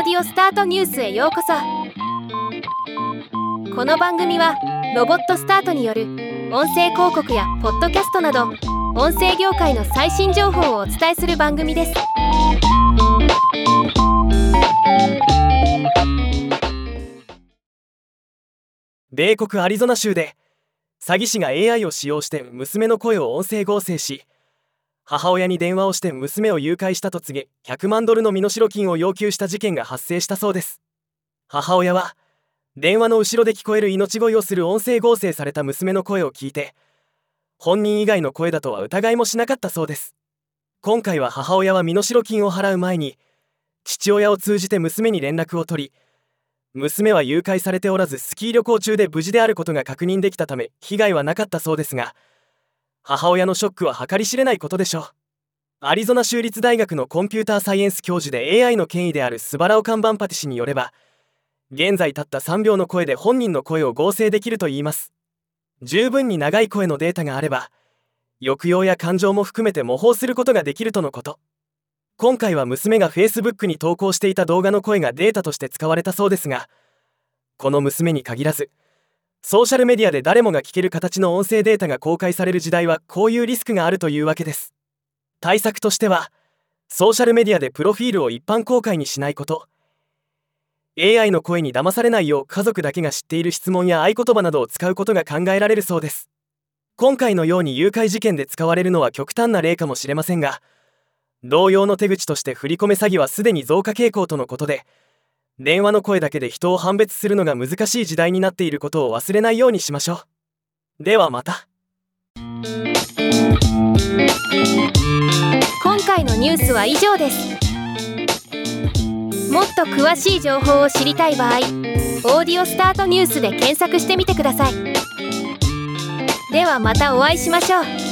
オーディオスタートニュースへようこそ。この番組はロボットスタートによる音声広告やポッドキャストなど音声業界の最新情報をお伝えする番組です。 米国アリゾナ州で詐欺師が AI を使用して娘の声を音声合成し、母親に電話をして娘を誘拐したと告げ$100万の身代金を要求した事件が発生したそうです。母親は電話の後ろで聞こえる命乞いをする音声合成された娘の声を聞いて、本人以外の声だとは疑いもしなかったそうです。今回は母親は身代金を払う前に父親を通じて娘に連絡を取り、娘は誘拐されておらずスキー旅行中で無事であることが確認できたため被害はなかったそうですが、母親のショックは計り知れないことでしょう。アリゾナ州立大学のコンピューターサイエンス教授で AI の権威であるスバラオカンバンパティ氏によれば、現在たった3秒の声で本人の声を合成できるといいます。十分に長い声のデータがあれば抑揚や感情も含めて模倣することができるとのこと。今回は娘が Facebook に投稿していた動画の声がデータとして使われたそうですが、この娘に限らずソーシャルメディアで誰もが聞ける形の音声データが公開される時代はこういうリスクがあるというわけです。対策としてはソーシャルメディアでプロフィールを一般公開にしないこと、 AI の声に騙されないよう家族だけが知っている質問や合言葉などを使うことが考えられるそうです。今回のように誘拐事件で使われるのは極端な例かもしれませんが、同様の手口として振り込め詐欺はすでに増加傾向とのことで、電話の声だけで人を判別するのが難しい時代になっていることを忘れないようにしましょう。ではまた。 今回のニュースは以上です。もっと詳しい情報を知りたい場合、オーディオスタートニュースで検索してみてください。ではまたお会いしましょう。